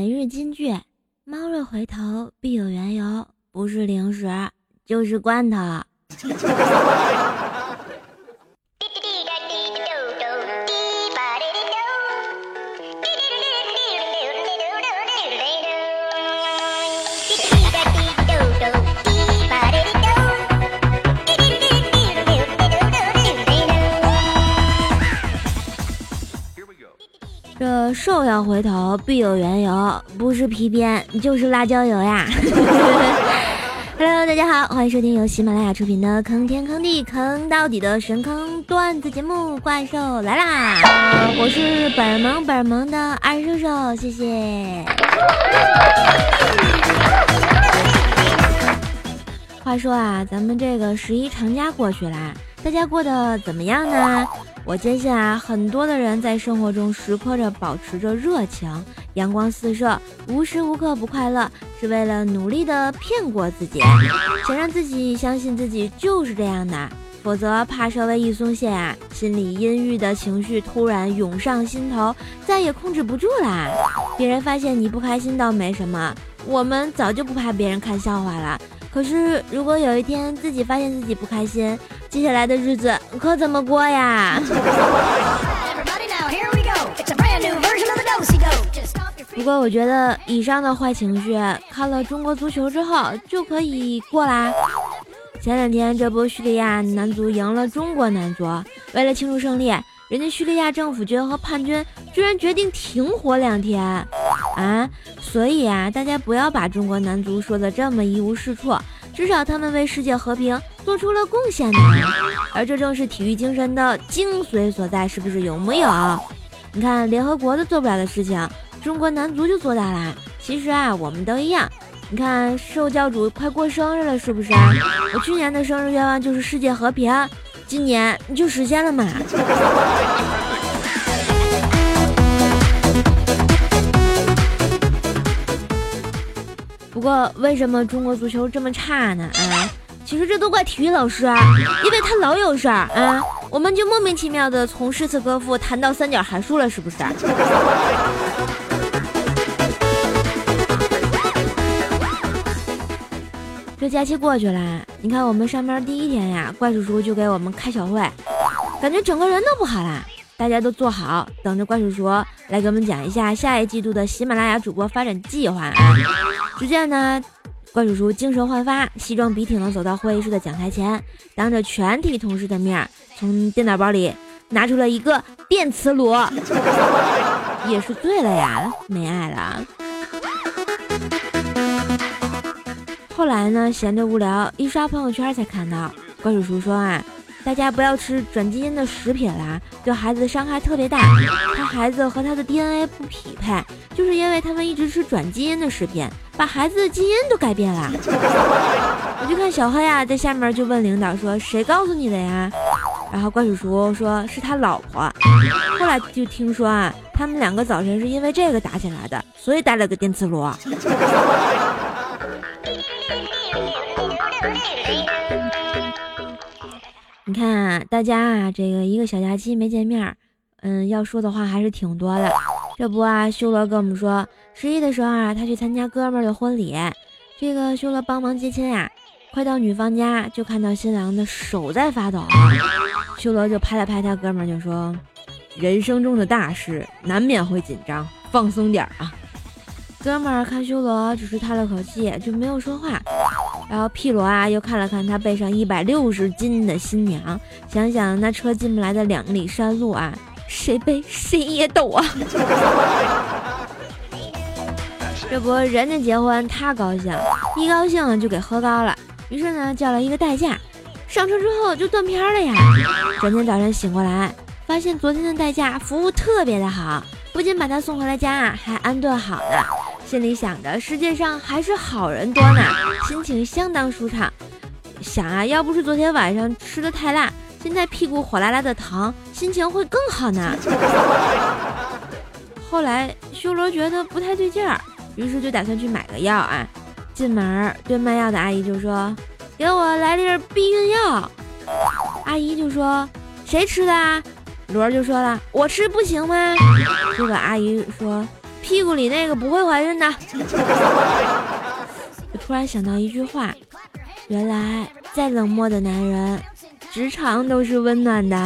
本日金句：猫若回头必有缘由，不是零食就是罐头。这兽要回头必有缘由，不是皮鞭就是辣椒油呀。Hello， 大家好，欢迎收听由喜马拉雅出品的坑天坑地坑到底的神坑段子节目《怪兽来啦》，我是本萌的二兽兽，谢谢。话说啊，咱们这个11长假过去啦，大家过得怎么样呢？我坚信啊，很多的人在生活中时刻着保持着热情，阳光四射，无时无刻不快乐，是为了努力的骗过自己，想让自己相信自己就是这样的，否则怕稍微一松懈啊，心里阴郁的情绪突然涌上心头，再也控制不住啦。别人发现你不开心倒没什么，我们早就不怕别人看笑话了。可是如果有一天自己发现自己不开心，接下来的日子可怎么过呀？不过我觉得以上的坏情绪看了中国足球之后就可以过啦。前两天这不叙利亚男足赢了中国男足，为了庆祝胜利，人家叙利亚政府军和叛军居然决定停火2天啊！所以啊，大家不要把中国男足说的这么一无是处，至少他们为世界和平做出了贡献呢。而这正是体育精神的精髓所在，是不是有木有？你看联合国都做不了的事情，中国男足就做到了。其实啊，我们都一样。你看受教主快过生日了，是不是？我去年的生日愿望就是世界和平，今年你就实现了嘛。不过为什么中国足球这么差呢？其实这都怪体育老师啊，因为他老有事儿啊，我们就莫名其妙的从诗词歌赋谈到三角函数了，是不是？这假期过去了，你看我们上班第1天呀，怪叔叔就给我们开小会，感觉整个人都不好啦。大家都坐好，等着怪叔叔来给我们讲一下下一季度的喜马拉雅主播发展计划啊。只见呢，怪叔叔精神焕发，西装笔挺的走到会议室的讲台前，当着全体同事的面，从电脑包里拿出了一个电磁炉，也是醉了呀，没爱了。后来呢，闲着无聊，一刷朋友圈才看到怪叔叔说啊，大家不要吃转基因的食品啦，对孩子的伤害特别大。他孩子和他的 DNA 不匹配，就是因为他们一直吃转基因的食品，把孩子的基因都改变了。我就看小黑啊，在下面就问领导说，谁告诉你的呀？然后怪叔叔说是他老婆。后来就听说啊，他们2个早晨是因为这个打起来的，所以带了个电磁炉。你看啊，大家啊，这个一个小假期没见面，要说的话还是挺多的。这不啊，修罗跟我们说，11的时候啊，他去参加哥们儿的婚礼，这个修罗帮忙接亲呀，快到女方家就看到新郎的手在发抖，修罗就拍了拍他哥们儿，就说：“人生中的大事难免会紧张，放松点啊。”哥们儿看修罗只是叹了口气，就没有说话。然后屁罗啊又看了看他背上160斤的新娘，想想那车进不来的2里山路啊，谁背谁也抖啊。这不人家结婚他高兴，一高兴就给喝高了，于是呢叫了一个代驾，上车之后就断片了呀。转天早晨醒过来，发现昨天的代驾服务特别的好，不仅把他送回了家，还安顿好了。心里想着世界上还是好人多呢，心情相当舒畅。想啊，要不是昨天晚上吃的太辣，现在屁股火辣辣的疼，心情会更好呢。后来修罗觉得不太对劲儿，于是就打算去买个药啊。进门对卖药的阿姨就说：“给我来粒避孕药。”阿姨就说：“谁吃的啊？”罗就说了：“我吃不行吗？”这个阿姨说：“ 屁股里那个不会怀孕的。我突然想到一句话，原来再冷漠的男人职场都是温暖的。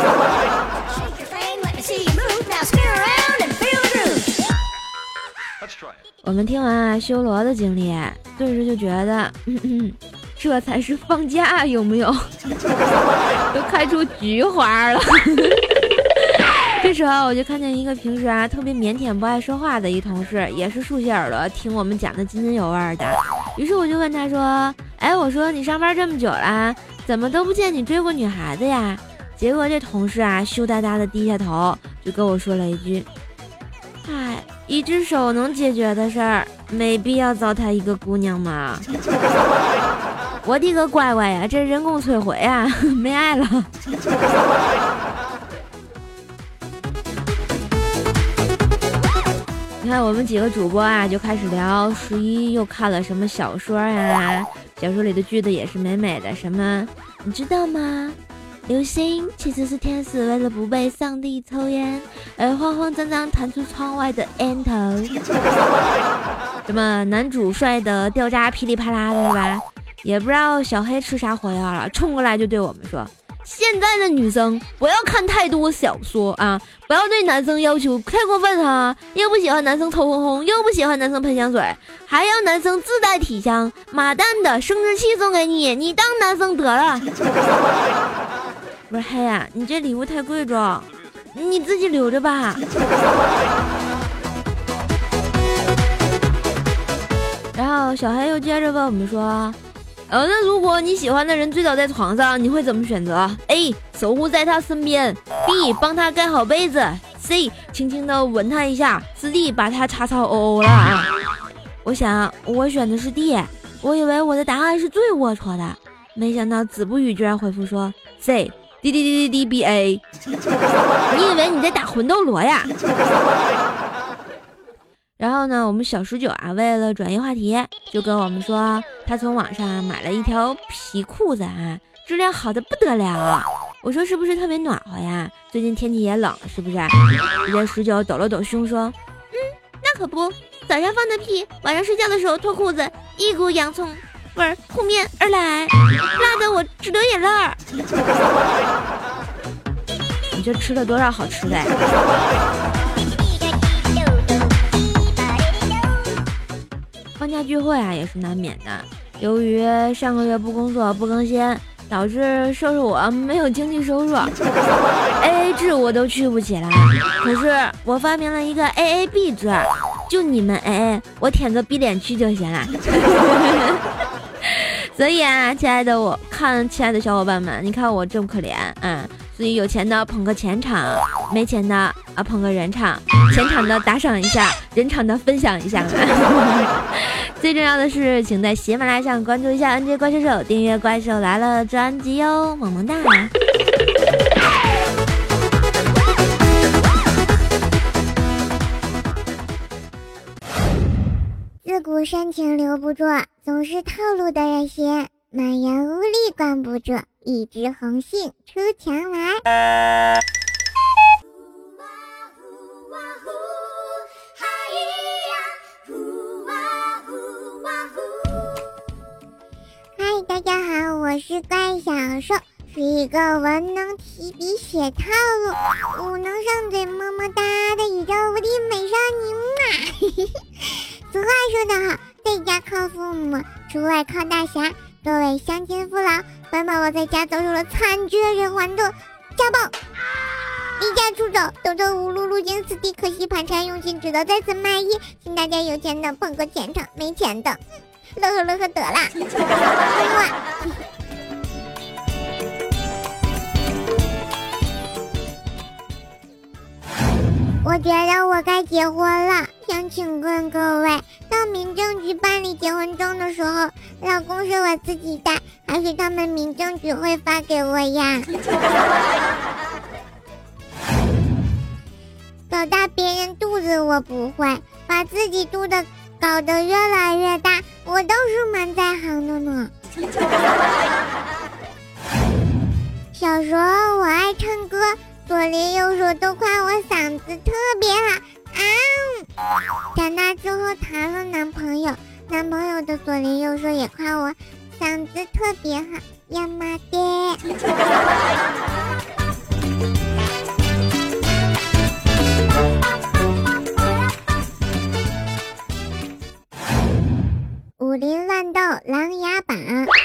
我们听完修罗的经历，顿时就觉得这才是放假，有没有？都开出菊花了。这时候我就看见一个平时特别腼腆不爱说话的一同事，也是竖起耳朵听我们讲的津津有味的。于是我就问他说，我说你上班这么久了，怎么都不见你追过女孩子呀？结果这同事羞答答的低下头，就跟我说了一句，一只手能解决的事儿，没必要糟蹋一个姑娘嘛。我的个乖乖呀，这人工摧毁啊，没爱了。你看我们几个主播就开始聊11又看了什么小说小说里的句子也是美美的，什么你知道吗？流星其实是天使为了不被上帝抽烟而慌慌张张弹出窗外的烟头。什么男主帅的掉渣噼里啪啦的是吧？也不知道小黑吃啥火药了，冲过来就对我们说，现在的女生不要看太多小说不要对男生要求太过分又不喜欢男生臭烘烘，又不喜欢男生喷香水，还要男生自带体香，马蛋的生殖器送给你，你当男生得了。不是黑你这礼物太贵重，你自己留着吧。然后小黑又接着问我们说，那如果你喜欢的人醉倒在床上，你会怎么选择？ A. 守护在他身边， B. 帮他盖好被子， C. 轻轻的吻他一下， D. 把他叉叉哦了我想我选的是 D， 我以为我的答案是最龌龊的，没想到子不语居然回复说 C DDDDBA。 你以为你在打魂斗罗呀？然后呢，我们小19为了转移话题，就跟我们说他从网上买了一条皮裤子质量好的不得了。我说是不是特别暖和呀？最近天气也冷了，是不是？人家19抖了抖胸说，那可不，早上放的屁，晚上睡觉的时候脱裤子，一股洋葱味儿扑面而来，辣得我直流眼泪儿。你这吃了多少好吃的呀？放假聚会也是难免的，由于上个月不工作不更新，导致收入我没有经济收入，AA 制我都去不起来。可是我发明了一个 AAB 制，就你们 AA， 我舔个逼脸区就行了。所以亲爱的小伙伴们，你看我这么可怜所以有钱的捧个钱场，没钱的捧个人场，钱场的打赏一下，人场的分享一下。最重要的是，请在喜马拉雅上关注一下 NJ 怪兽手，订阅怪兽来了专辑哟，萌萌哒。 自古深情留不住，总是套路的热血，满眼无力关不住，一枝红杏出墙来。嗨，大家好，我是怪小兽，是一个文能提笔写套路，武能上嘴么么哒的宇宙无敌美少女嘛。俗话说得好，在家靠父母，出外靠大侠。各位乡亲父老，本宝宝在家遭受了惨绝人寰的家暴，离家出走，走投无路，路经此地，可惜盘缠用尽，只得在此卖艺。请大家有钱的捧个钱场，没钱的乐呵乐呵得啦。我觉得我该结婚了，想请问各位，到民政局办理结婚证的时候，老公是我自己带，还是他们民政局会发给我呀？搞大别人肚子我不会，把自己肚子搞得越来越大，我倒是蛮在行的呢。小时候我爱唱歌，左邻右舍都夸我嗓子特别好， 长大之后谈了男朋友，男朋友的左邻右舍也夸我嗓子特别好，呀妈的。武林乱斗琅琊榜。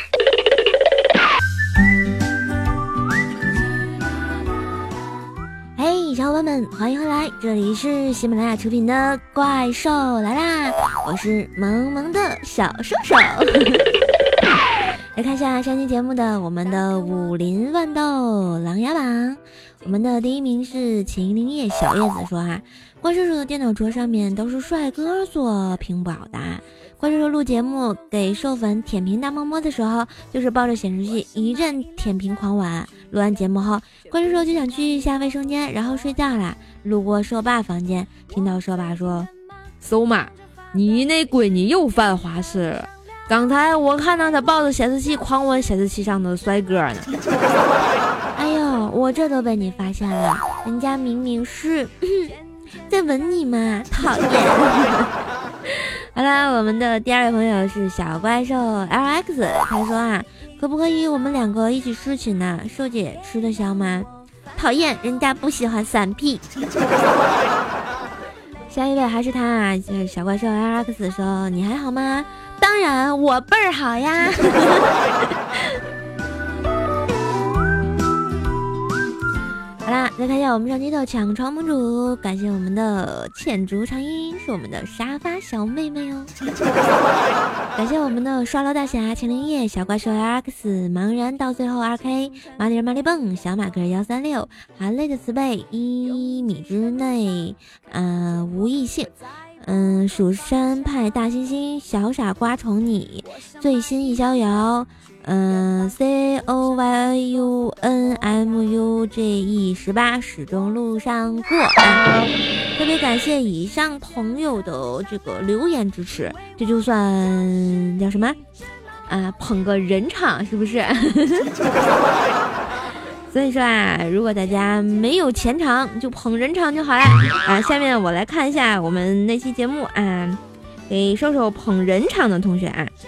嘿，小伙伴们，欢迎回来，这里是喜马拉雅出品的怪兽来啦，我是萌萌的小兽兽。来看一下上期节目的我们的武林乱斗琅琊榜，我们的第一名是秦灵叶小叶子说怪兽兽的电脑桌上面都是帅哥做屏保的。怪兽兽录节目给兽粉舔屏大摸摸的时候，就是抱着显示器一阵舔屏狂玩。录完节目后，怪兽兽就想去下卫生间，然后睡觉啦。路过兽爸房间，听到兽爸说：“ 兽妈，你那闺女又犯花事了。刚才我看到她抱着显示器狂吻显示器上的帅哥呢。” 哎呦，我这都被你发现了，人家明明是在吻你嘛，讨厌。好啦，我们的第二位朋友是小怪兽 LX， 他说可不可以我们两个一起侍寝呢？兽姐吃得消吗？讨厌，人家不喜欢3P。下一位还是他就是小怪兽 LX 说你还好吗？当然我倍儿好呀。好啦，再看一下我们上期的抢床盟主，感谢我们的倩竹长音是我们的沙发小妹妹哦。感谢我们的刷楼大侠秦灵叶小怪兽 LX 茫然到最后 2K 马里尔马里蹦小马哥136含泪的慈悲1米之内无异性蜀山派大猩猩小傻瓜宠你最新一逍遥COYUNMUJE18始终路上过特别感谢以上朋友的这个留言支持，这就算叫什么捧个人场是不是？所以说如果大家没有钱场就捧人场就好了下面我来看一下我们那期节目给兽兽捧人场的同学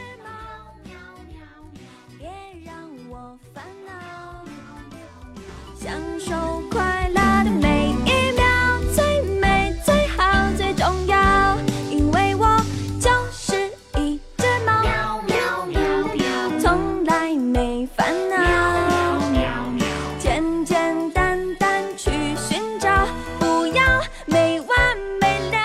享受快乐的每一秒，最美最好最重要，因为我就是一只猫，从来没烦恼，简简单单去寻找，不要没完没了。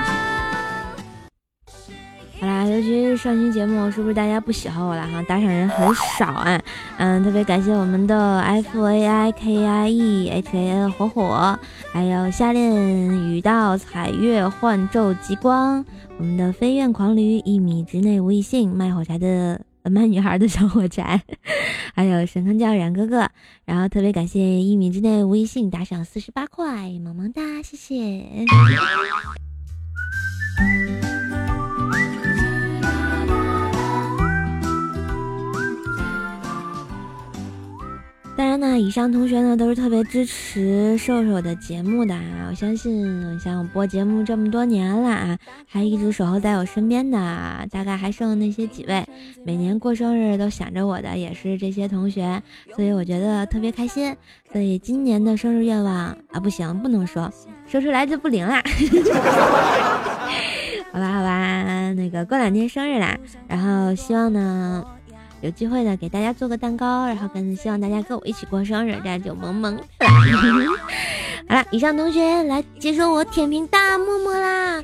好啦，尤其是上期节目是不是大家不喜欢我了打赏人很少特别感谢我们的 FAIKIEHAN 火火，还有夏恋雨到彩月幻昼极光，我们的飞燕狂驴1米之内无异性卖火柴的卖女孩的小火柴，还有神坑教冉哥哥，然后特别感谢1米之内无异性打赏48块，萌萌哒，谢谢。当然呢，以上同学呢都是特别支持兽兽的节目的我相信像我播节目这么多年了还一直守候在我身边的大概还剩那些几位每年过生日都想着我的也是这些同学，所以我觉得特别开心。所以今年的生日愿望不行，不能说出来就不灵啦。好吧，那个过2天生日啦，然后希望呢有机会的给大家做个蛋糕，然后希望大家跟我一起过生日，这样就萌萌的。好了，以上同学来接受我舔屏大摸摸啦。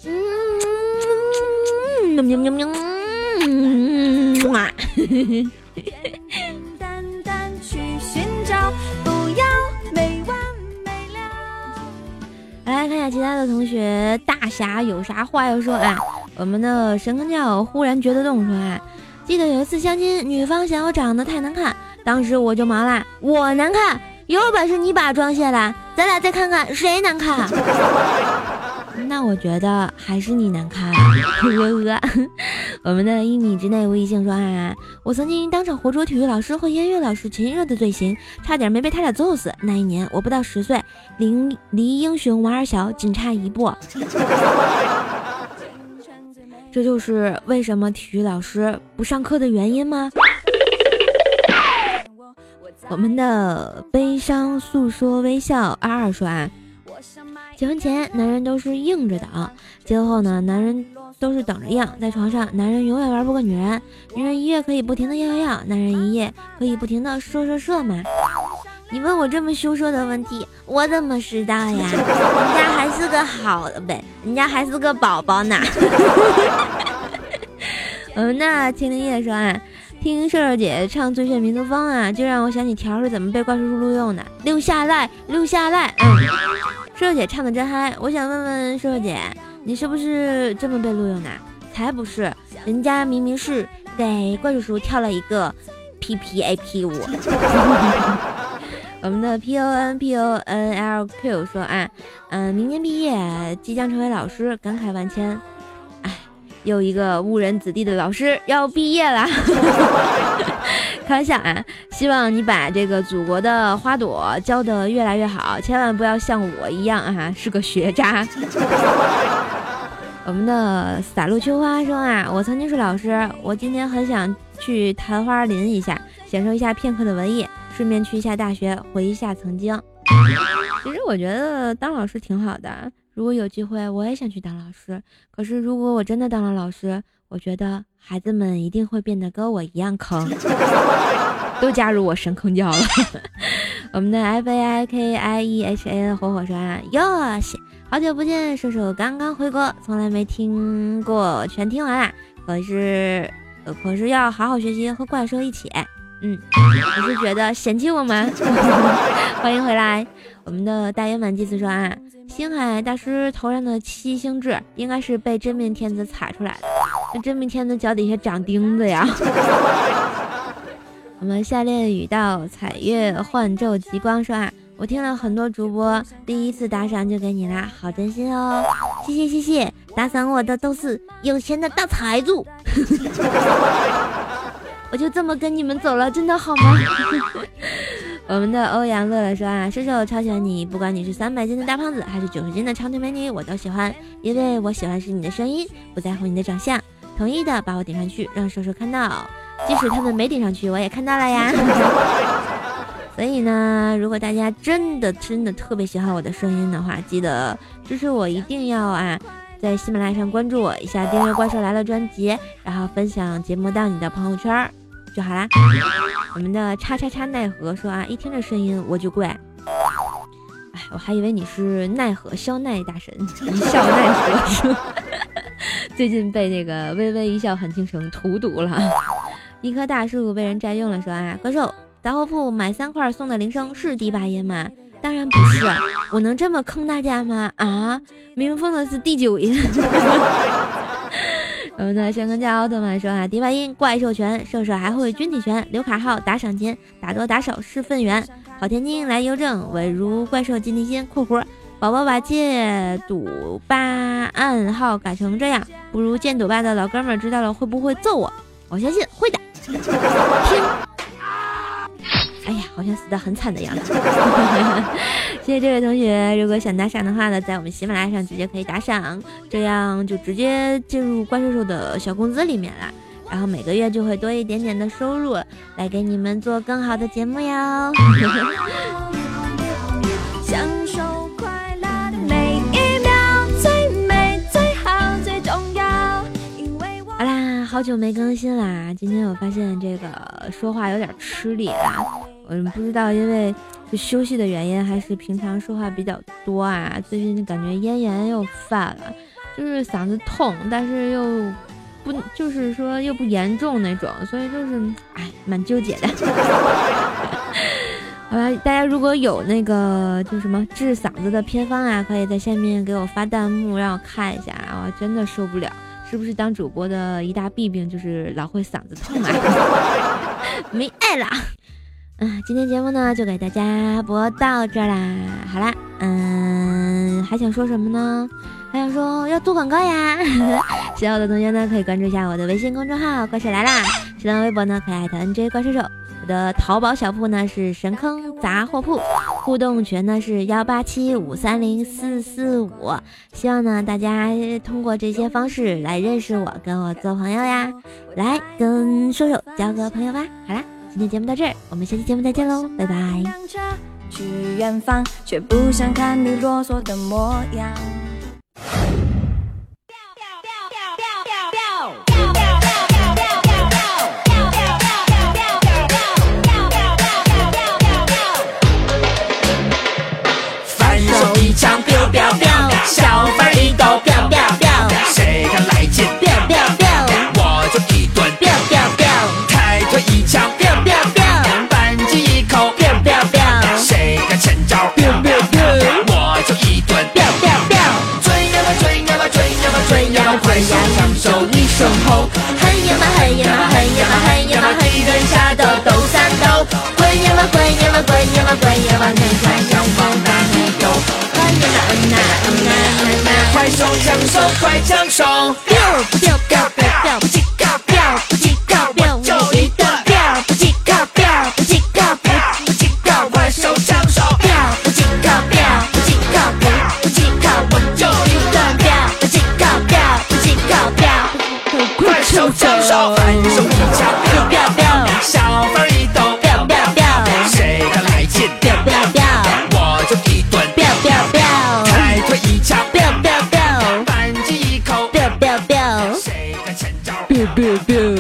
单单去寻找，不要没完没了。 来看一下其他的同学，大侠有啥话要说我们的神坑教忽然觉得动说记得有一次相亲，女方嫌我长得太难看，当时我就忙啦，我难看，有本事你把妆卸了，咱俩再看看谁难看。那我觉得还是你难看我们的1米之内无异性说啊，我曾经当场活捉体育老师和音乐老师亲热的罪行，差点没被他俩揍死。那一年我不到10岁，离英雄王二小仅差一步。这就是为什么体育老师不上课的原因吗？我们的悲伤诉说微笑22说啊，结婚前男人都是硬着等，结婚后呢，男人都是等着硬。在床上，男人永远玩不过女人，女人一夜可以不停的要，男人一夜可以不停的射嘛。你问我这么羞涩的问题，我怎么知道呀？人家还是个好的呗，人家还是个宝宝呢。那青灵叶说啊，听瘦瘦姐唱《最炫民族风》啊，就让我想起条是怎么被怪叔叔录用的，留下来。瘦瘦姐唱的真嗨，我想问问瘦瘦姐，你是不是这么被录用的？才不是，人家明明是给怪叔叔跳了一个 PPAP 舞。我们的 PONLQ 说啊，明年毕业，即将成为老师，感慨万千。又一个误人子弟的老师要毕业了。开玩笑啊，希望你把这个祖国的花朵教得越来越好，千万不要像我一样啊，是个学渣。我们的洒落秋花说啊，我曾经是老师，我今天很想去昙花林一下，享受一下片刻的文艺，顺便去一下大学，回一下曾经。其实我觉得当老师挺好的，如果有机会我也想去当老师，可是如果我真的当了老師，我觉得孩子们一定会变得跟我一样坑。都加入我神坑教了。我们的 FAIKIEHA 火火说啊，哟西，好久不见，射手刚刚回国，从来没听过，全听完了，可是要好好学习，和怪兽一起。你是觉得嫌弃我吗？欢迎回来。我们的大圆满祭司说啊，星海大师头上的七星痣应该是被真命天子踩出来的，那真命天子脚底下长钉子呀。我们夏烈雨到彩月幻昼极光说啊，我听了很多主播，第一次打赏就给你啦，好真心哦，谢谢，打赏我的都是有钱的大财主。我就这么跟你们走了，真的好吗？我们的欧阳乐乐说啊，射手超喜欢你，不管你是300斤的大胖子还是90斤的长腿美女，我都喜欢，因为我喜欢是你的声音，不在乎你的长相，同意的把我顶上去，让射手看到，即使他们没顶上去，我也看到了呀。所以呢，如果大家真的特别喜欢我的声音的话，记得支持我，一定要啊在喜马拉雅上关注我一下，订阅怪兽来了专辑，然后分享节目到你的朋友圈就好啦。我们的叉奈何说啊，一听这声音我就怪，我还以为你是奈何肖奈大神，一笑奈何是最近被那个微微一笑很倾城荼毒了。一棵大树被人占用了说啊，怪兽杂货铺买3块送的铃声是第8音吗？当然不是，我能这么坑大家吗？啊，明明放的是第9音。我们的香根家奥特曼说啊，第8音怪兽拳，射手还会军体拳，刘卡号打赏金，打多打少是分圆，跑天津来邮政，稳如怪兽进地心括弧，宝宝把戒赌吧暗号改成这样，不如剑赌吧的老哥们知道了会不会揍我？我相信会的。听，哎呀，好像死得很惨的样子。谢谢这位同学，如果想打赏的话呢，在我们喜马拉雅上直接可以打赏，这样就直接进入怪兽兽的小工资里面了，然后每个月就会多一点点的收入，来给你们做更好的节目哟。 享受快乐的每一秒，最美最好最重要，因为我好啦，好久没更新啦，今天我发现这个说话有点吃力啊，我不知道因为是休息的原因还是平常说话比较多啊，最近感觉咽炎又犯了，就是嗓子痛，但是又不就是说又不严重那种，所以就是蛮纠结的。好吧，大家如果有那个就什么治嗓子的偏方啊，可以在下面给我发弹幕让我看一下，我真的受不了，是不是当主播的一大弊病就是老会嗓子痛啊？没爱啦。 今天节目呢就给大家播到这儿啦。好啦，还想说什么呢？还想说要做广告呀。喜欢我的同学呢可以关注一下我的微信公众号怪兽来啦，新浪微博呢可以@NJ 怪兽手，我的淘宝小铺呢是神坑杂货铺，互动群呢是187530445，希望呢大家通过这些方式来认识我，跟我做朋友呀，来跟兽兽交个朋友吧。好啦，今天节目到这儿，我们下期节目再见喽，拜拜。 去远方，却不想看你啰嗦的模样。 反手一枪 biu biu biu， 小贩一抖 biu biu biu， 谁敢来劲 biu biu biu， 我就一顿 biu biu biu， 抬腿一枪 biu biu biu， 反击一口 biu biu biu， 谁敢欠招 biu biu biu， 我就一顿 biu biu biu， 追呀嘛追呀嘛追呀嘛追呀嘛，快手抢手一声吼，嘿呀嘛嘿呀嘛嘿呀嘛嘿呀嘛，黑人下的抖三抖，滚呀嘛滚呀嘛滚呀嘛滚呀嘛，看看阳光哪里有，快手抢手快抢手， biu不掉 biu biu biu 不急高 biu 不急高 biu 就一顿 biu 不急高 biu 不急高 biu 不急高，快手抢手 biu 不急高 biu 不急高 biu 不急高我就一顿 biu 不急高 biu 不急高 biu 快手抢手，反手一枪 biu biu biu， 小贩一抖 biu biu biu 谁敢来劲 biu biu biu 我就一顿 biu biu biu 抬腿一枪 biu biu biu 反击一口 biu biu biu 谁敢欠招 biu biu biu。